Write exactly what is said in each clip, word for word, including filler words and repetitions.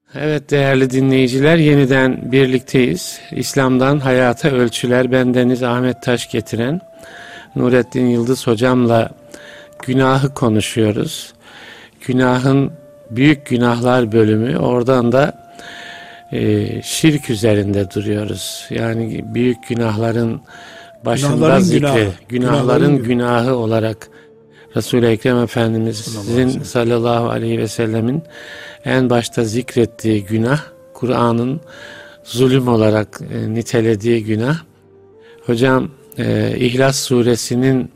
Evet değerli dinleyiciler, yeniden birlikteyiz. İslam'dan Hayata Ölçüler, bendeniz Ahmet Taş getiren Nurettin Yıldız hocamla günahı konuşuyoruz. Günahın büyük günahlar bölümü, oradan da e, şirk üzerinde duruyoruz. Yani büyük günahların başında günahların zikre, günahı. günahların, günahların günahı olarak Resul-i Ekrem Efendimizin sallallahu aleyhi ve sellemin en başta zikrettiği günah, Kur'an'ın zulüm olarak e, nitelediği günah. Hocam e, İhlas suresinin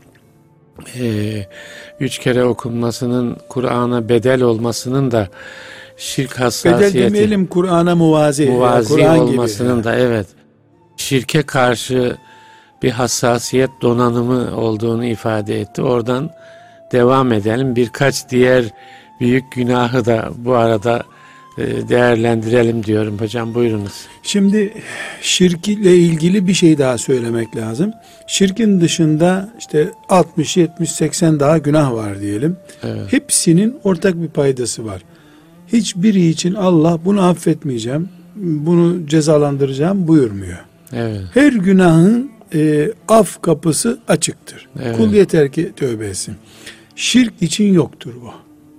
e, üç kere okunmasının Kur'an'a bedel olmasının da şirk hassasiyeti, bedel demeyelim, Kur'an'a muvazi, muvazi Kur'an olmasının gibi. da evet şirke karşı bir hassasiyet donanımı olduğunu ifade etti. Oradan devam edelim. Birkaç diğer büyük günahı da bu arada değerlendirelim diyorum hocam, buyurunuz. Şimdi şirk ile ilgili bir şey daha söylemek lazım. Şirkin dışında işte altmış, yetmiş, seksen daha günah var diyelim. Evet. Hepsinin ortak bir paydası var. Hiçbiri için Allah bunu affetmeyeceğim, bunu cezalandıracağım buyurmuyor. Evet. Her günahın e, af kapısı açıktır. Evet. Kul yeter ki tövbe etsin. Şirk için yoktur bu.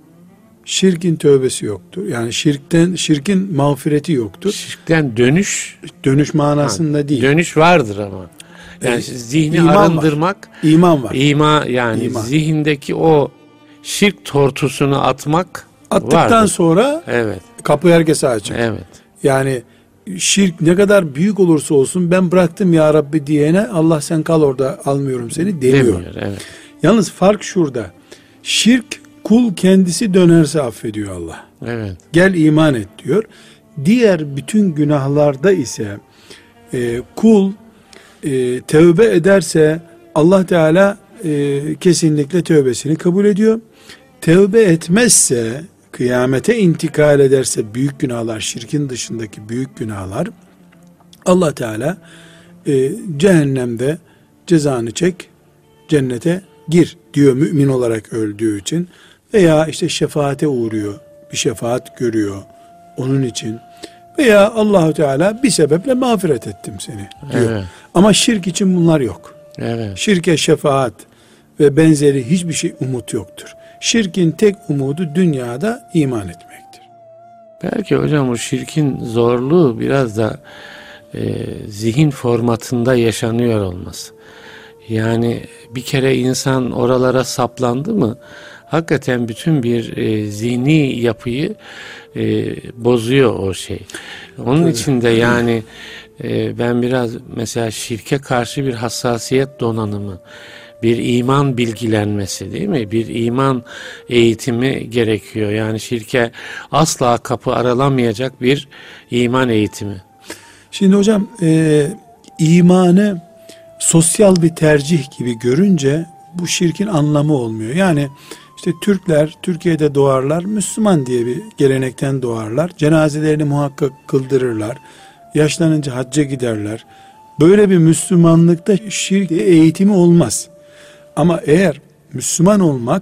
Şirkin tövbesi yoktur. Yani şirkten şirkin mağfireti yoktur. Şirkten dönüş dönüş manasında ha, değil. Dönüş vardır ama. Yani e, zihni iman arındırmak, var. İman var. İma yani iman. Zihindeki o şirk tortusunu atmak attıktan vardır. Sonra evet. Kapı herkese açık. Evet. Yani şirk ne kadar büyük olursa olsun ben bıraktım ya Rabbi diyene Allah sen kal orada, almıyorum seni demiyor. Demiyor, evet. Yalnız fark şurada. Şirk kul kendisi dönerse affediyor Allah. Evet. Gel iman et diyor. Diğer bütün günahlarda ise e, kul e, tövbe ederse Allah Teala e, kesinlikle tövbesini kabul ediyor. Tövbe etmezse, kıyamete intikal ederse büyük günahlar, şirkin dışındaki büyük günahlar, Allah Teala e, cehennemde cezanı çek, cennete gir diyor mümin olarak öldüğü için. Veya işte şefaate uğruyor, bir şefaat görüyor onun için. Veya Allahu Teala bir sebeple mağfiret ettim seni diyor. Evet. Ama şirk için bunlar yok. Evet. Şirke şefaat ve benzeri hiçbir şey umut yoktur. Şirkin tek umudu dünyada iman etmektir. Belki hocam o şirkin zorluğu biraz da e, zihin formatında yaşanıyor olması. Yani bir kere insan oralara saplandı mı hakikaten bütün bir e, zihni yapıyı e, bozuyor o şey. Onun Tabii. için de yani e, ben biraz mesela şirke karşı bir hassasiyet donanımı, bir iman bilgilenmesi değil mi? Bir iman eğitimi gerekiyor. Yani şirke asla kapı aralamayacak bir iman eğitimi. Şimdi hocam e, imanı sosyal bir tercih gibi görünce bu şirkin anlamı olmuyor. Yani işte Türkler Türkiye'de doğarlar, Müslüman diye bir gelenekten doğarlar. Cenazelerini muhakkak kıldırırlar. Yaşlanınca hacca giderler. Böyle bir Müslümanlıkta şirk eğitimi olmaz. Ama eğer Müslüman olmak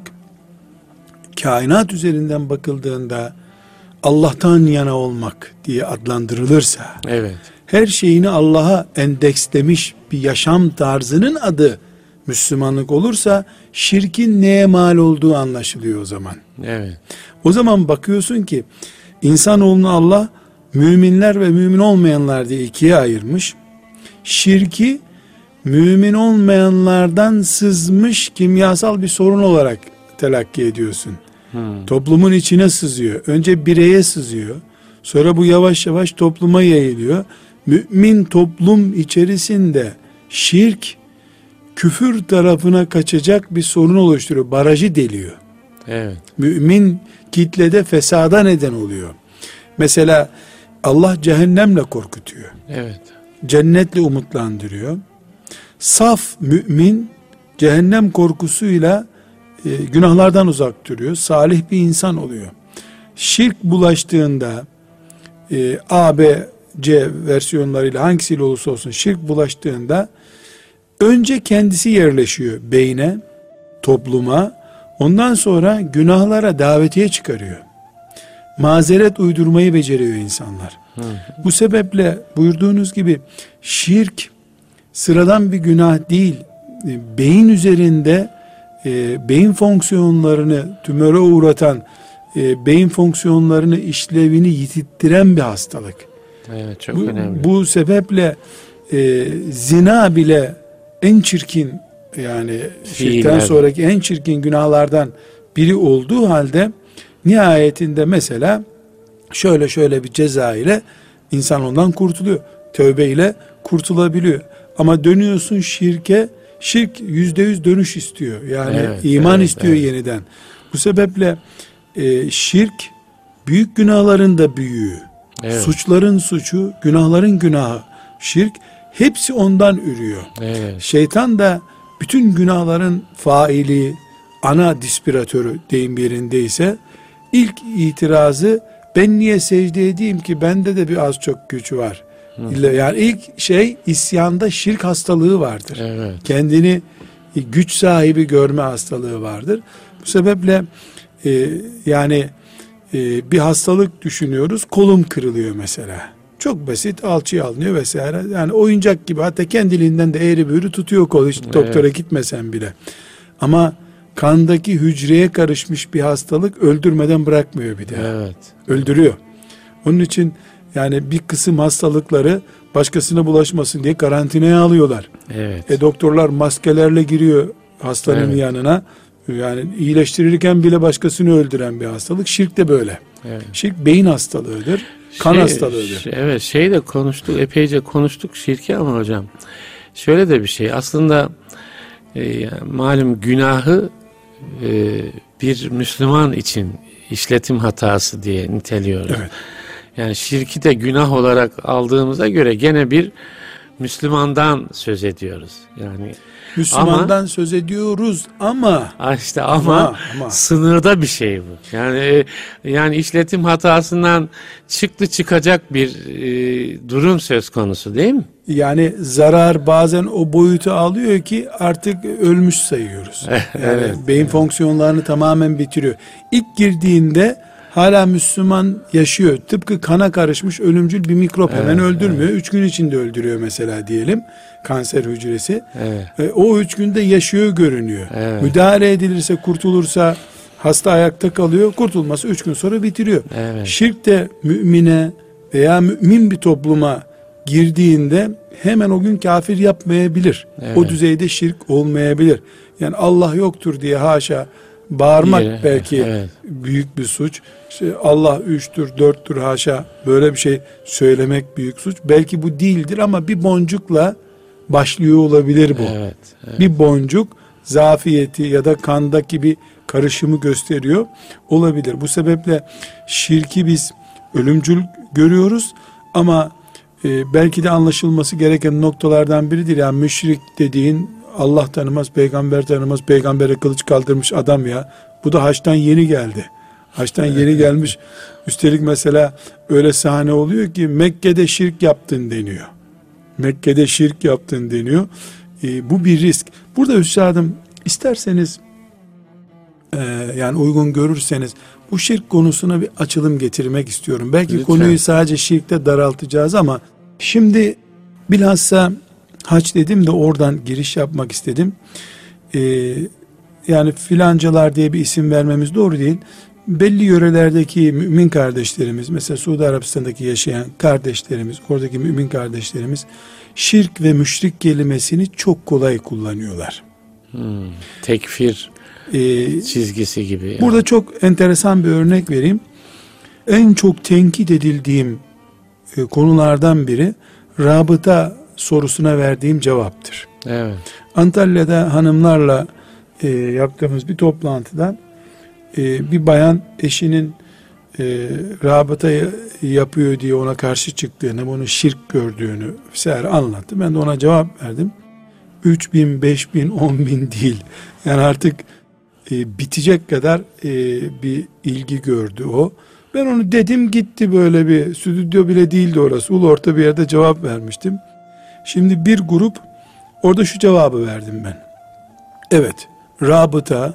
kainat üzerinden bakıldığında Allah'tan yana olmak diye adlandırılırsa, evet. her şeyini Allah'a endekslemiş bir yaşam tarzının adı Müslümanlık olursa şirkin neye mal olduğu anlaşılıyor o zaman. Evet. O zaman bakıyorsun ki insanoğlunu Allah müminler ve mümin olmayanlar diye ikiye ayırmış. Şirki mümin olmayanlardan sızmış kimyasal bir sorun olarak telakki ediyorsun. Hmm. Toplumun içine sızıyor. Önce bireye sızıyor. Sonra bu yavaş yavaş topluma yayılıyor. Mümin toplum içerisinde şirk küfür tarafına kaçacak bir sorun oluşturuyor. Barajı deliyor. Evet. Mümin kitlede fesada neden oluyor. Mesela Allah cehennemle korkutuyor. Evet. Cennetle umutlandırıyor. Saf mümin cehennem korkusuyla e, günahlardan uzak duruyor. Salih bir insan oluyor. Şirk bulaştığında e, A, B, C versiyonlarıyla hangisiyle olursa olsun şirk bulaştığında önce kendisi yerleşiyor beyne, topluma, ondan sonra günahlara davetiye çıkarıyor. mazeret uydurmayı beceriyor insanlar. Hı hı. Bu sebeple buyurduğunuz gibi şirk sıradan bir günah değil. Beyin üzerinde e, beyin fonksiyonlarını tümöre uğratan, e, beyin fonksiyonlarını, işlevini yitirttiren bir hastalık. Evet, çok bu, önemli. Bu sebeple e, zina bile en çirkin, yani şirkten sonraki en çirkin günahlardan biri olduğu halde nihayetinde mesela şöyle şöyle bir ceza ile insan ondan kurtuluyor. Tövbe ile kurtulabiliyor. Ama dönüyorsun şirke, şirk yüzde yüz dönüş istiyor. Yani evet, iman evet, istiyor evet. yeniden. Bu sebeple e, şirk büyük günahların da büyüğü. Evet. Suçların suçu, günahların günahı. Şirk hepsi ondan ürüyor. Evet. Şeytan da bütün günahların faili, ana dispiratörü deyim yerindeyse, ilk itirazı ben niye secde edeyim ki, bende de bir az çok güç var. Hı. Yani ilk şey isyanda şirk hastalığı vardır. Evet. Kendini güç sahibi görme hastalığı vardır. Bu sebeple e, yani e, bir hastalık düşünüyoruz, kolum kırılıyor mesela. Çok basit, alçıya alınıyor vesaire. Yani oyuncak gibi, hatta kendiliğinden de eğri büğrü tutuyor kolu, hiç evet. doktora gitmesen bile. Ama kandaki hücreye karışmış bir hastalık öldürmeden bırakmıyor bir daha. Evet. Öldürüyor. Onun için yani bir kısım hastalıkları başkasına bulaşmasın diye karantinaya alıyorlar. Evet. E doktorlar maskelerle giriyor hastanın evet. yanına. Yani iyileştirirken bile başkasını öldüren bir hastalık. Şirk de böyle. Evet. Şirk beyin hastalığıdır. Kan şey, hastalığıdır. Şey, evet, şey de konuştuk, epeyce konuştuk şirki ama hocam şöyle de bir şey. Aslında e, malum günahı e, bir Müslüman için işletim hatası diye niteliyoruz. Evet. Yani şirki de günah olarak aldığımıza göre gene bir Müslümandan söz ediyoruz. Yani Müslümandan ama, söz ediyoruz ama işte ama, ama, ama sınırda bir şey bu. Yani yani işletim hatasından çıktı çıkacak bir e, durum söz konusu değil mi? Yani zarar bazen o boyutu alıyor ki artık ölmüş sayıyoruz. Yani evet, beyin evet. fonksiyonlarını tamamen bitiriyor. İlk girdiğinde hala Müslüman yaşıyor. Tıpkı kana karışmış ölümcül bir mikrop, evet, hemen öldürmüyor. Evet. Üç gün içinde öldürüyor mesela diyelim. Kanser hücresi. Evet. E, o üç günde yaşıyor görünüyor. Evet. Müdahale edilirse, kurtulursa hasta ayakta kalıyor. Kurtulması üç gün sonra bitiriyor. Evet. Şirk de mümine veya mümin bir topluma girdiğinde hemen o gün kafir yapmayabilir. Evet. O düzeyde şirk olmayabilir. Yani Allah yoktur diye haşa bağırmak Yere, belki evet. büyük bir suç. İşte Allah üçtür, dörttür haşa, böyle bir şey söylemek büyük suç. Belki bu değildir ama bir boncukla başlıyor olabilir bu. Evet, evet. Bir boncuk zafiyeti ya da kandaki bir karışımı gösteriyor olabilir. Bu sebeple şirki biz ölümcül görüyoruz ama e, belki de anlaşılması gereken noktalardan biridir. Yani müşrik dediğin Allah tanımaz, peygamber tanımaz, peygambere kılıç kaldırmış adam ya. Bu da haçtan yeni geldi. Haçtan yeni gelmiş. Üstelik mesela öyle sahne oluyor ki Mekke'de şirk yaptın deniyor. Mekke'de şirk yaptın deniyor. E, bu bir risk. Burada üstadım isterseniz e, yani uygun görürseniz bu şirk konusuna bir açılım getirmek istiyorum. Belki lütfen. Konuyu sadece şirkte daraltacağız ama şimdi bilhassa hac dedim de oradan giriş yapmak istedim. Ee, yani filancalar diye bir isim vermemiz doğru değil. Belli yörelerdeki mümin kardeşlerimiz, mesela Suudi Arabistan'daki yaşayan kardeşlerimiz, oradaki mümin kardeşlerimiz şirk ve müşrik kelimesini çok kolay kullanıyorlar. Hmm, tekfir ee, çizgisi gibi. Yani. Burada çok enteresan bir örnek vereyim. En çok tenkit edildiğim e, konulardan biri rabıta sorusuna verdiğim cevaptır. Evet. Antalya'da hanımlarla e, yaptığımız bir toplantıda e, bir bayan eşinin e, rabıta yapıyor diye ona karşı çıktığını, bunu şirk gördüğünü vesaire anlattı. Ben de ona cevap verdim. Üç bin, beş bin, on bin değil. Yani artık e, bitecek kadar e, bir ilgi gördü o. Ben onu dedim gitti, böyle bir stüdyo bile değildi orası. Ulu orta bir yerde cevap vermiştim. Şimdi bir grup orada şu cevabı verdim ben. Evet, rabıta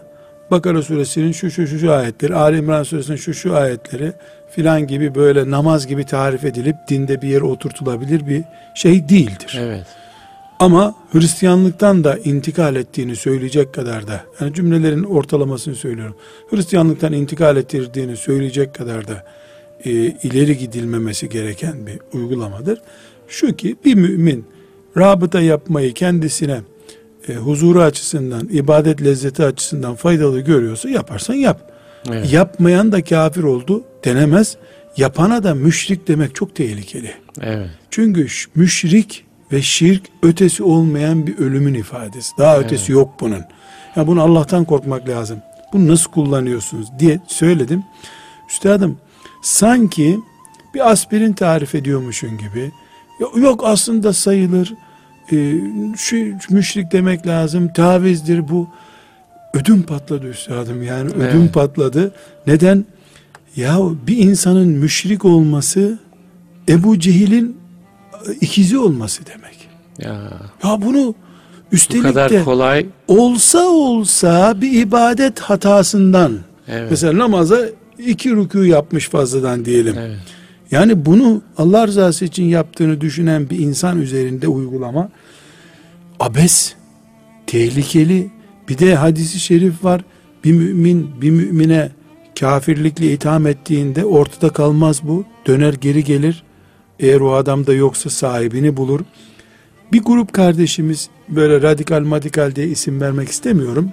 Bakara suresinin şu şu şu, şu ayetleri, Ali İmran suresinin şu şu ayetleri filan gibi böyle namaz gibi tarif edilip dinde bir yere oturtulabilir bir şey değildir. Evet. Ama Hristiyanlıktan da intikal ettiğini söyleyecek kadar da, yani cümlelerin ortalamasını söylüyorum, Hristiyanlıktan intikal ettirdiğini söyleyecek kadar da e, ileri gidilmemesi gereken bir uygulamadır. Şu ki bir mümin rabıta yapmayı kendisine e, huzuru açısından, ibadet lezzeti açısından faydalı görüyorsa yaparsan yap. Evet. Yapmayan da kafir oldu denemez. Yapana da müşrik demek çok tehlikeli. Evet. Çünkü müşrik ve şirk ötesi olmayan bir ölümün ifadesi. Daha Evet. ötesi yok bunun. Ya bunu Allah'tan korkmak lazım. Bunu nasıl kullanıyorsunuz diye söyledim. Üstadım sanki bir aspirin tarif ediyormuşun gibi. Yok aslında sayılır. Ee, şu müşrik demek lazım. Tavizdir bu. Ödüm patladı üstadım. Yani ödüm Evet. patladı. Neden? Ya bir insanın müşrik olması Ebu Cehil'in ikizi olması demek. Ya, Ya bunu bu üstelik kadar de kolay. olsa olsa bir ibadet hatasından, Evet. mesela namaza iki rükû yapmış fazladan diyelim. Evet. Yani bunu Allah rızası için yaptığını düşünen bir insan üzerinde uygulama abes, tehlikeli. Bir de hadisi şerif var. Bir mümin bir mümine kafirlikle itham ettiğinde ortada kalmaz bu. Döner geri gelir. Eğer o adam da yoksa sahibini bulur. Bir grup kardeşimiz, böyle radikal madikal diye isim vermek istemiyorum,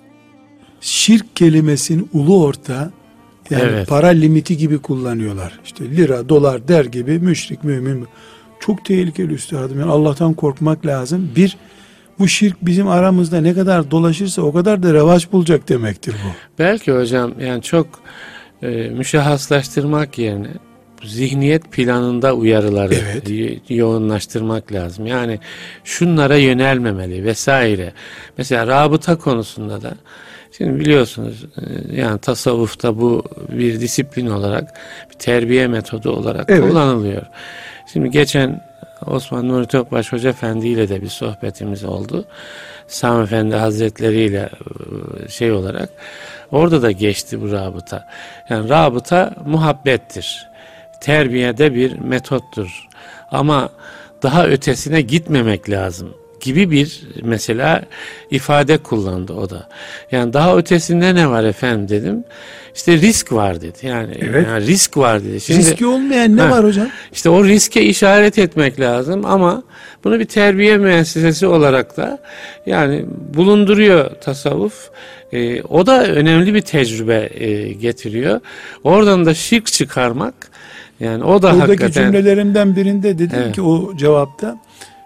şirk kelimesini ulu orta, yani Evet. para limiti gibi kullanıyorlar. İşte lira, dolar der gibi müşrik, mümin. Çok tehlikeli üstadım. Yani Allah'tan korkmak lazım. Bir, bu şirk bizim aramızda ne kadar dolaşırsa o kadar da revaç bulacak demektir bu. Belki hocam yani çok e, müşahhaslaştırmak yerine zihniyet planında uyarıları Evet. y- yoğunlaştırmak lazım. Yani şunlara yönelmemeli vesaire. Mesela rabıta konusunda da şimdi biliyorsunuz e, yani tasavvufta bu bir disiplin olarak, bir terbiye metodu olarak Evet. kullanılıyor. Şimdi geçen Osman Nuri Topbaş Hoca Efendi ile de bir sohbetimiz oldu. Sami Efendi Hazretleri ile e, şey olarak orada da geçti bu rabıta. Yani rabıta muhabbettir. Terbiyede bir metottur. Ama daha ötesine gitmemek lazım gibi bir mesela ifade kullandı o da. Yani daha ötesinde ne var efendim dedim. İşte risk var dedi. Yani, Evet. yani risk var dedi. Şimdi, Riski olmayan ne Ha. var hocam? İşte o riske işaret etmek lazım ama bunu bir terbiye müessesesi olarak da yani bulunduruyor tasavvuf. Ee, o da önemli bir tecrübe e, getiriyor. Oradan da şirk çıkarmak, yani o da Buradaki hakikaten cümlelerimden birinde dedim Evet. ki o cevapta,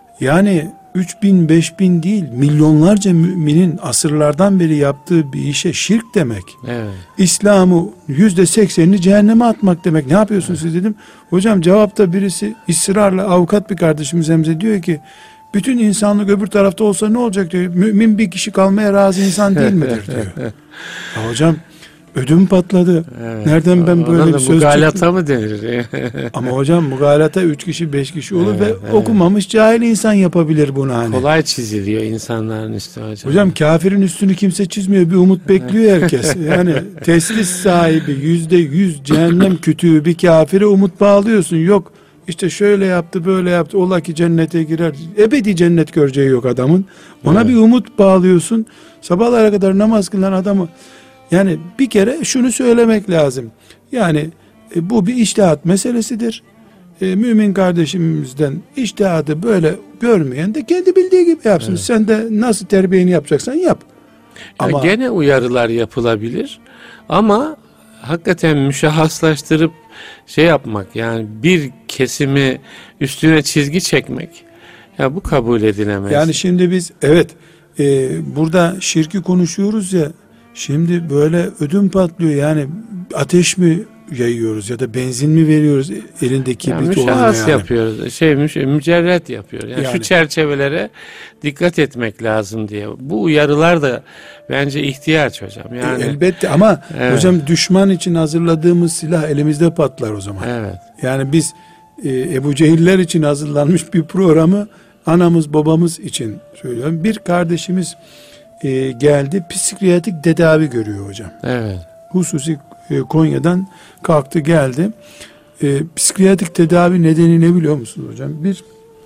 yani üç bin beş bin değil milyonlarca müminin asırlardan beri yaptığı bir işe şirk demek. evet. İslam'ı yüzde seksenini cehenneme atmak demek. Ne yapıyorsunuz siz dedim. Hocam cevapta birisi ısrarla, avukat bir kardeşimiz Emze, diyor ki bütün insanlık öbür tarafta olsa ne olacak diyor. Mümin bir kişi kalmaya razı insan değil midir diyor. Ya hocam ödüm patladı. Evet. Nereden ben Ona böyle da bir söz mugalata çıktı? mı denir? Ama hocam mugalata üç kişi beş kişi olur Evet, ve evet. okumamış cahil insan yapabilir bunu hani. Kolay çiziliyor insanların üstü hocam. Hocam kafirin üstünü kimse çizmiyor, bir umut bekliyor herkes. Yani teslis sahibi yüzde yüz cehennem kütüğü bir kafire umut bağlıyorsun. Yok işte şöyle yaptı böyle yaptı, ola ki cennete girer. Ebedi cennet göreceği yok adamın. Ona Evet. bir umut bağlıyorsun. Sabahlara kadar namaz kılan adamı, yani bir kere şunu söylemek lazım. Yani e, bu bir içtihat meselesidir. E, mümin kardeşimizden içtihadı böyle görmeyen de kendi bildiği gibi yapsın. Evet. Sen de nasıl terbiyeni yapacaksan yap. Ya Ama gene uyarılar yapılabilir ama hakikaten müşahhaslaştırıp şey yapmak, yani bir kesimi üstüne çizgi çekmek, ya bu kabul edilemez. yani şimdi biz evet e, burada şirki konuşuyoruz ya, şimdi böyle ödüm patlıyor, yani ateş mi yayıyoruz ya da benzin mi veriyoruz elindeki yani bir olana müşahhas yani. yapıyoruz. Şey müş- mücerret yapıyor. Yani, Yani. şu çerçevelere dikkat etmek lazım diye. Bu uyarılar da bence ihtiyaç hocam. Yani E, elbette ama Evet. hocam düşman için hazırladığımız silah elimizde patlar o zaman. evet. Yani biz e, Ebu Cehiller için hazırlanmış bir programı anamız babamız için söylüyorum. Bir kardeşimiz e, geldi. Psikiyatrik tedavi görüyor hocam. Evet. Hususi e, Konya'dan kalktı geldi. E, psikiyatrik tedavi nedeni ne biliyor musunuz hocam? Bir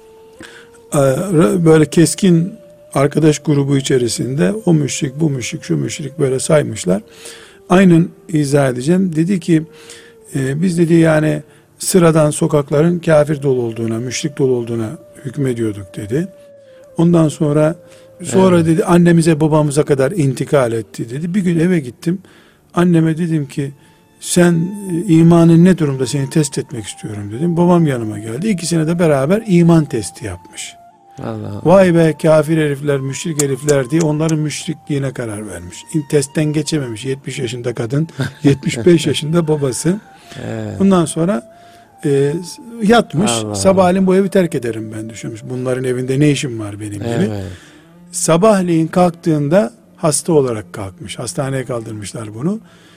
e, böyle keskin arkadaş grubu içerisinde o müşrik, bu müşrik, şu müşrik böyle saymışlar. Aynen izah edeceğim. Dedi ki e, biz dedi yani sıradan sokakların kafir dolu olduğuna, müşrik dolu olduğuna hükmediyorduk dedi. Ondan sonra sonra evet. dedi annemize babamıza kadar intikal etti dedi. Bir gün eve gittim. Anneme dedim ki sen imanın ne durumda, seni test etmek istiyorum dedim. Babam yanıma geldi. İkisine de beraber iman testi yapmış. Allah Allah. Vay be kafir herifler, müşrik herifler diye onların müşrikliğine karar vermiş. Testten geçememiş. yetmiş yaşında kadın, yetmiş beş yaşında babası. Evet. Bundan sonra e, yatmış. Allah sabahleyin bu evi terk ederim ben düşünmüş. Bunların evinde ne işim var benim evet. gibi. Sabahleyin kalktığında hasta olarak kalkmış. Hastaneye kaldırmışlar bunu.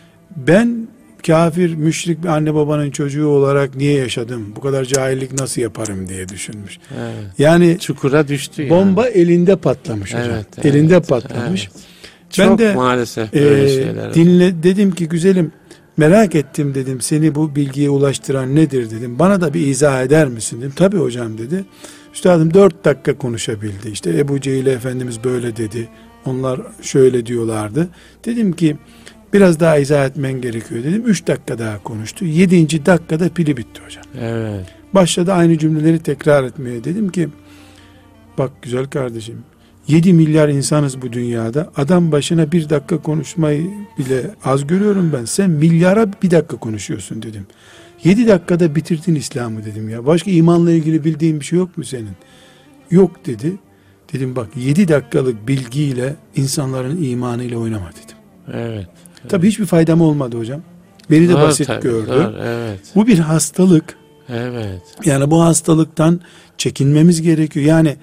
Ben kafir, müşrik bir anne babanın çocuğu olarak niye yaşadım? Bu kadar cahillik nasıl yaparım diye düşünmüş. Evet. Yani çukura düştü. Bomba yani. Elinde patlamış hocam. Evet, evet, elinde patlamış. Evet. Ben Çok de maalesef böyle e, şeyler. Dinle dedim ki güzelim merak ettim dedim. Seni bu bilgiye ulaştıran nedir dedim. Bana da bir izah eder misin dedim. Tabii hocam dedi. Üstadım dört dakika konuşabildi. İşte Ebu Cehil Efendimiz böyle dedi. Onlar şöyle diyorlardı. Dedim ki biraz daha izah etmen gerekiyor dedim. Üç dakika daha konuştu. Yedinci dakikada pili bitti hocam. Evet. Başladı aynı cümleleri tekrar etmeye. Dedim ki bak güzel kardeşim yedi milyar insanız bu dünyada. Adam başına bir dakika konuşmayı bile az görüyorum ben. Sen milyara bir dakika konuşuyorsun dedim. Yedi dakikada bitirdin İslam'ı dedim ya. Başka imanla ilgili bildiğin bir şey yok mu senin? Yok dedi. Dedim bak yedi dakikalık bilgiyle insanların imanıyla oynama dedim. Evet. Tabii hiçbir faydam olmadı hocam. Beni de zor, basit tabii, gördü. Zor, evet. Bu bir hastalık. Evet. Yani bu hastalıktan çekinmemiz gerekiyor. Yani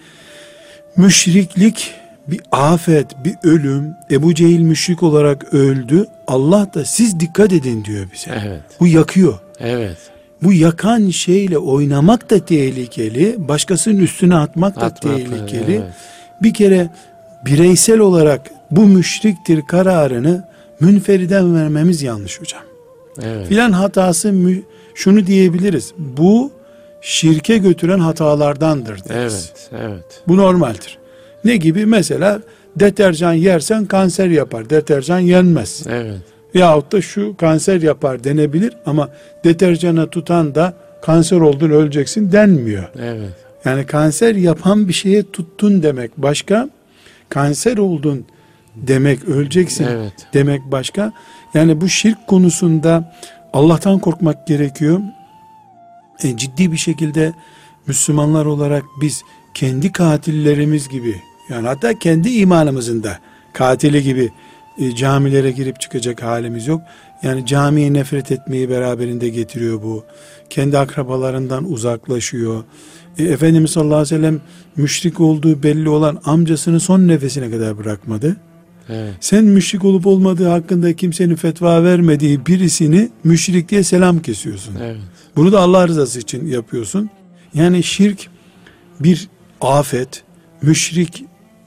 müşriklik bir afet, bir ölüm. Ebu Cehil müşrik olarak öldü. Allah da siz dikkat edin diyor bize. Evet. Bu yakıyor. Evet. Bu yakan şeyle oynamak da tehlikeli. Başkasının üstüne atmak da Atmak, tehlikeli. Evet. Bir kere bireysel olarak bu müşriktir kararını münferiden vermemiz yanlış hocam. Evet. Filan hatası şunu diyebiliriz. Bu şirke götüren hatalardandır deriz. Evet, evet. Bu normaldir. Ne gibi? Mesela deterjan yersen kanser yapar. Deterjan yenmez. Evet. Yahut da şu kanser yapar denebilir ama deterjana tutan da kanser oldun öleceksin denmiyor. Evet. Yani kanser yapan bir şeye tuttun demek başka. Kanser oldun demek öleceksin evet. demek başka. Yani bu şirk konusunda Allah'tan korkmak gerekiyor. E, ciddi bir şekilde Müslümanlar olarak biz kendi katillerimiz gibi yani hatta kendi imanımızın da katili gibi e, camilere girip çıkacak halimiz yok. Yani camiye nefret etmeyi beraberinde getiriyor bu. Kendi akrabalarından uzaklaşıyor. E, Efendimiz sallallahu aleyhi ve sellem müşrik olduğu belli olan amcasını son nefesine kadar bırakmadı. Evet. Sen müşrik olup olmadığı hakkında kimsenin fetva vermediği birisini müşrik diye selam kesiyorsun. Evet. Bunu da Allah rızası için yapıyorsun. Yani şirk bir afet, müşrik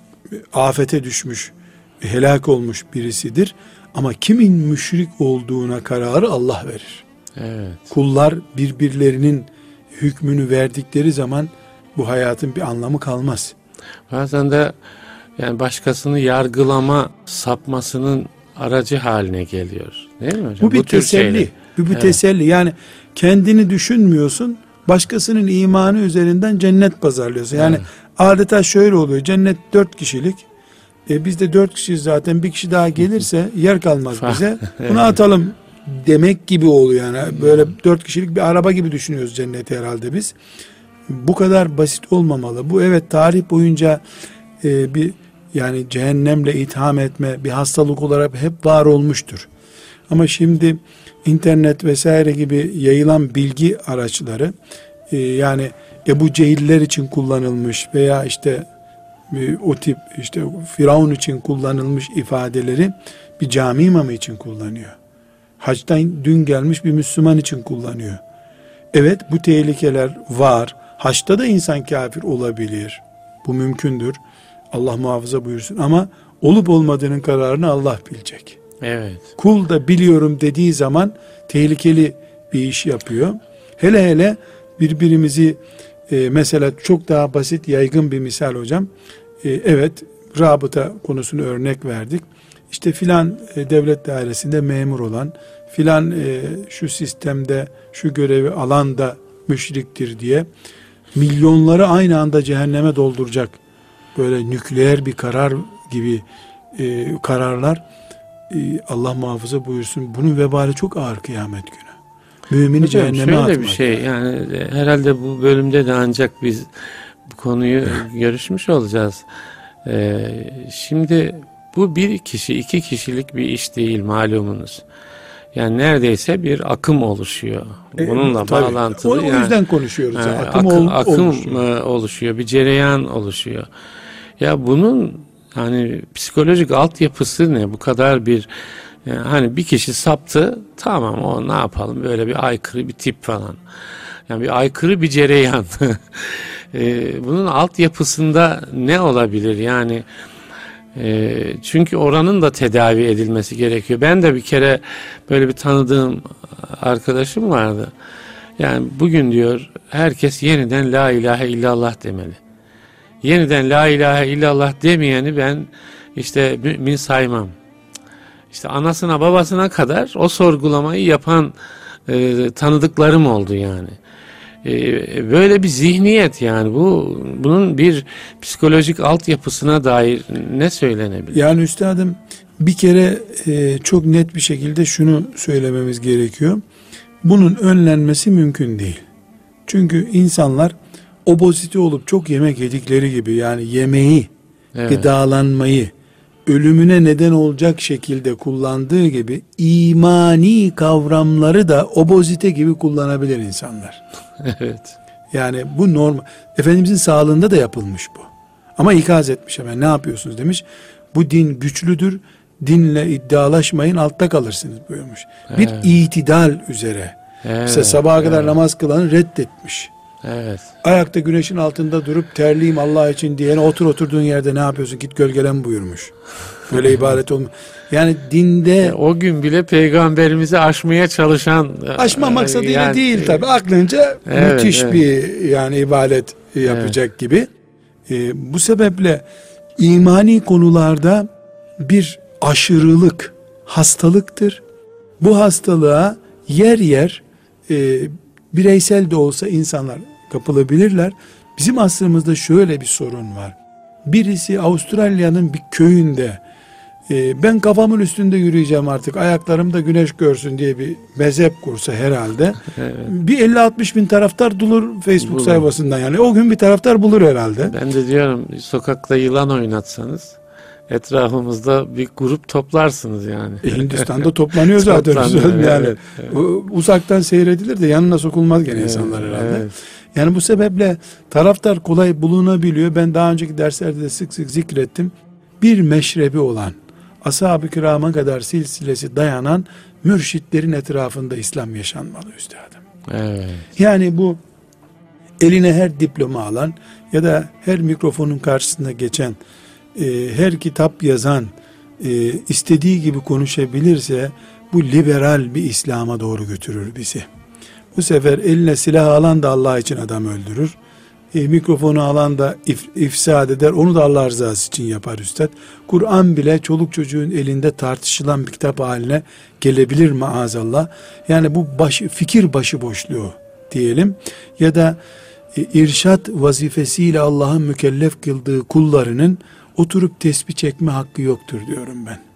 afete düşmüş, helak olmuş birisidir. Ama kimin müşrik olduğuna kararı Allah verir. Evet. Kullar birbirlerinin hükmünü verdikleri zaman bu hayatın bir anlamı kalmaz. Bazen de yani başkasını yargılama sapmasının aracı haline geliyor. Değil mi hocam? Bu bir bu teselli. Bu bir evet. teselli. Yani kendini düşünmüyorsun, başkasının imanı üzerinden cennet pazarlıyorsun. Yani evet. adeta şöyle oluyor. Cennet dört kişilik. E biz de dört kişiyiz zaten. Bir kişi daha gelirse yer kalmaz bize. Bunu atalım demek gibi oluyor. Yani böyle dört kişilik bir araba gibi düşünüyoruz cenneti herhalde biz. Bu kadar basit olmamalı. Bu evet tarih boyunca e, bir yani cehennemle itham etme bir hastalık olarak hep var olmuştur. Ama şimdi internet vesaire gibi yayılan bilgi araçları e, yani Ebu Cehiller için kullanılmış veya işte e, o tip işte Firavun için kullanılmış ifadeleri bir cami imamı için kullanıyor. Haçtan dün gelmiş bir Müslüman için kullanıyor. Evet bu tehlikeler var. Haçta da insan kafir olabilir. Bu mümkündür. Allah muhafaza buyursun ama olup olmadığının kararını Allah bilecek. Evet. Kul da biliyorum dediği zaman tehlikeli bir iş yapıyor. Hele hele birbirimizi e, mesela çok daha basit, yaygın bir misal hocam. E, evet, rabıta konusunu örnek verdik. İşte filan e, devlet dairesinde memur olan, filan e, şu sistemde şu görevi alan da müşriktir diye milyonları aynı anda cehenneme dolduracak böyle nükleer bir karar gibi e, kararlar, e, Allah muhafaza buyursun, bunun vebali çok ağır kıyamet günü. Mümini Hocam, cehenneme atmak. şöyle bir şey yani, herhalde bu bölümde de ancak biz bu konuyu görüşmüş olacağız. Ee, şimdi bu bir kişi, iki kişilik bir iş değil malumunuz. Yani neredeyse bir akım oluşuyor. Bununla e, tabii. bağlantılı. O, o yani, yüzden konuşuyoruz. Yani. Akım, akım, ol, akım oluşuyor. oluşuyor. Bir cereyan oluşuyor. Ya bunun hani psikolojik altyapısı ne? Bu kadar bir yani hani bir kişi saptı, tamam, o ne yapalım, böyle bir aykırı bir tip falan. Yani bir aykırı bir cereyan. ee, bunun altyapısında ne olabilir? Yani e, çünkü oranın da tedavi edilmesi gerekiyor. Ben de bir kere böyle bir tanıdığım arkadaşım vardı. Yani bugün diyor herkes yeniden la ilahe illallah demeli. Yeniden la ilahe illallah demeyeni ben işte mümin saymam. İşte anasına babasına kadar o sorgulamayı yapan e, tanıdıklarım oldu yani. E, böyle bir zihniyet, yani bu bunun bir psikolojik altyapısına dair ne söylenebilir? Yani üstadım, bir kere e, çok net bir şekilde şunu söylememiz gerekiyor. Bunun önlenmesi mümkün değil. Çünkü insanlar obezite olup çok yemek yedikleri gibi, yani yemeği, evet, gıdalanmayı ölümüne neden olacak şekilde kullandığı gibi imani kavramları da obezite gibi kullanabilir insanlar. Evet. Yani bu normal. Efendimizin sağlığında da yapılmış bu. Ama ikaz etmiş hemen, ne yapıyorsunuz demiş. Bu din güçlüdür. Dinle iddialaşmayın, altta kalırsınız buyurmuş. Evet. Bir itidal üzere. Evet. Mesela sabaha kadar evet. namaz kılanı reddetmiş. Evet. Ayakta güneşin altında durup terliyim Allah için diyene otur oturduğun yerde ne yapıyorsun, git gölgelen buyurmuş. Böyle ibadet olma. Yani dinde e, o gün bile peygamberimizi aşmaya çalışan, aşma maksadıyla yani, değil tabi, aklınca evet, müthiş evet. bir yani ibadet yapacak evet. gibi. E, bu sebeple imani konularda bir aşırılık hastalıktır. Bu hastalığa yer yer e, bireysel de olsa insanlar kapılabilirler. Bizim asrımızda şöyle bir sorun var. Birisi Avustralya'nın bir köyünde e, ben kafamın üstünde yürüyeceğim artık, ayaklarım da güneş görsün diye bir mezhep kursa herhalde evet. bir elli altmış bin taraftar bulur Facebook bulur. sayfasından, yani o gün bir taraftar bulur herhalde. Ben de diyorum, sokakta yılan oynatsanız etrafımızda bir grup toplarsınız yani. E, Hindistan'da toplanıyor zaten. yani evet, evet. Uzaktan seyredilir de yanına sokulmaz gene evet, insanlar herhalde. Evet. Yani bu sebeple taraftar kolay bulunabiliyor. Ben daha önceki derslerde de sık sık zikrettim. Bir meşrebi olan, ashab-ı kirama kadar silsilesi dayanan mürşitlerin etrafında İslam yaşanmalı üstadım. Evet. Yani bu eline her diploma alan ya da her mikrofonun karşısında geçen, e, her kitap yazan, e, istediği gibi konuşabilirse bu liberal bir İslam'a doğru götürür bizi. Bu sefer eline silah alan da Allah için adam öldürür. E, mikrofonu alan da if, ifsad eder. Onu da Allah rızası için yapar üstad. Kur'an bile çoluk çocuğun elinde tartışılan bir kitap haline gelebilir maazallah. Yani bu baş, fikir başıboşluğu diyelim. Ya da e, irşat vazifesiyle Allah'ın mükellef kıldığı kullarının oturup tesbih çekme hakkı yoktur diyorum ben.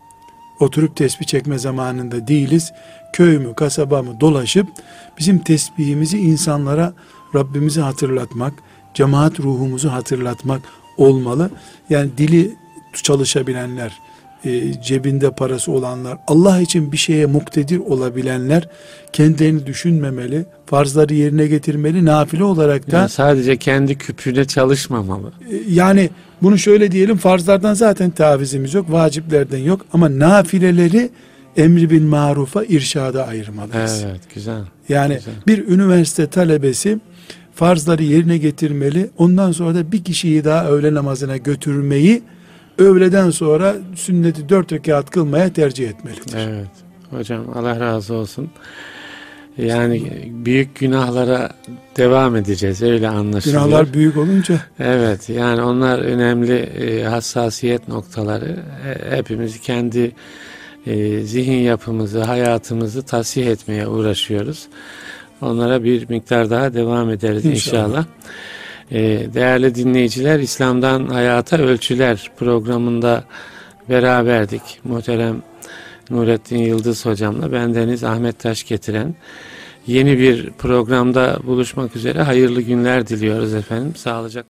Oturup tesbih çekme zamanında değiliz. Köy mü kasaba mı dolaşıp bizim tesbihimizi insanlara Rabbimizi hatırlatmak, cemaat ruhumuzu hatırlatmak olmalı. Yani dili çalışabilenler, e, cebinde parası olanlar, Allah için bir şeye muktedir olabilenler kendilerini düşünmemeli, farzları yerine getirmeli, nafile olarak da yani sadece kendi küpüne çalışmamalı. E, yani bunu şöyle diyelim, farzlardan zaten tavizimiz yok, vaciplerden yok, ama nafileleri emri bil marufa, irşada ayırmalıyız. Evet, güzel. Yani güzel. Bir üniversite talebesi farzları yerine getirmeli. Ondan sonra da bir kişiyi daha öğle namazına götürmeyi öğleden sonra sünneti dört rekat kılmaya tercih etmelidir. Evet. Hocam Allah razı olsun. Yani büyük günahlara devam edeceğiz, öyle anlaşılıyor. Günahlar büyük olunca. Evet, yani onlar önemli e, hassasiyet noktaları. E, hepimiz kendi e, zihin yapımızı, hayatımızı tasih etmeye uğraşıyoruz. Onlara bir miktar daha devam ederiz inşallah. inşallah. E, değerli dinleyiciler, İslam'dan Hayata Ölçüler programında beraberdik. Muhterem Nurettin Yıldız hocamla bendeniz Ahmet Taş getiren yeni bir programda buluşmak üzere hayırlı günler diliyoruz efendim. Sağlıcakla.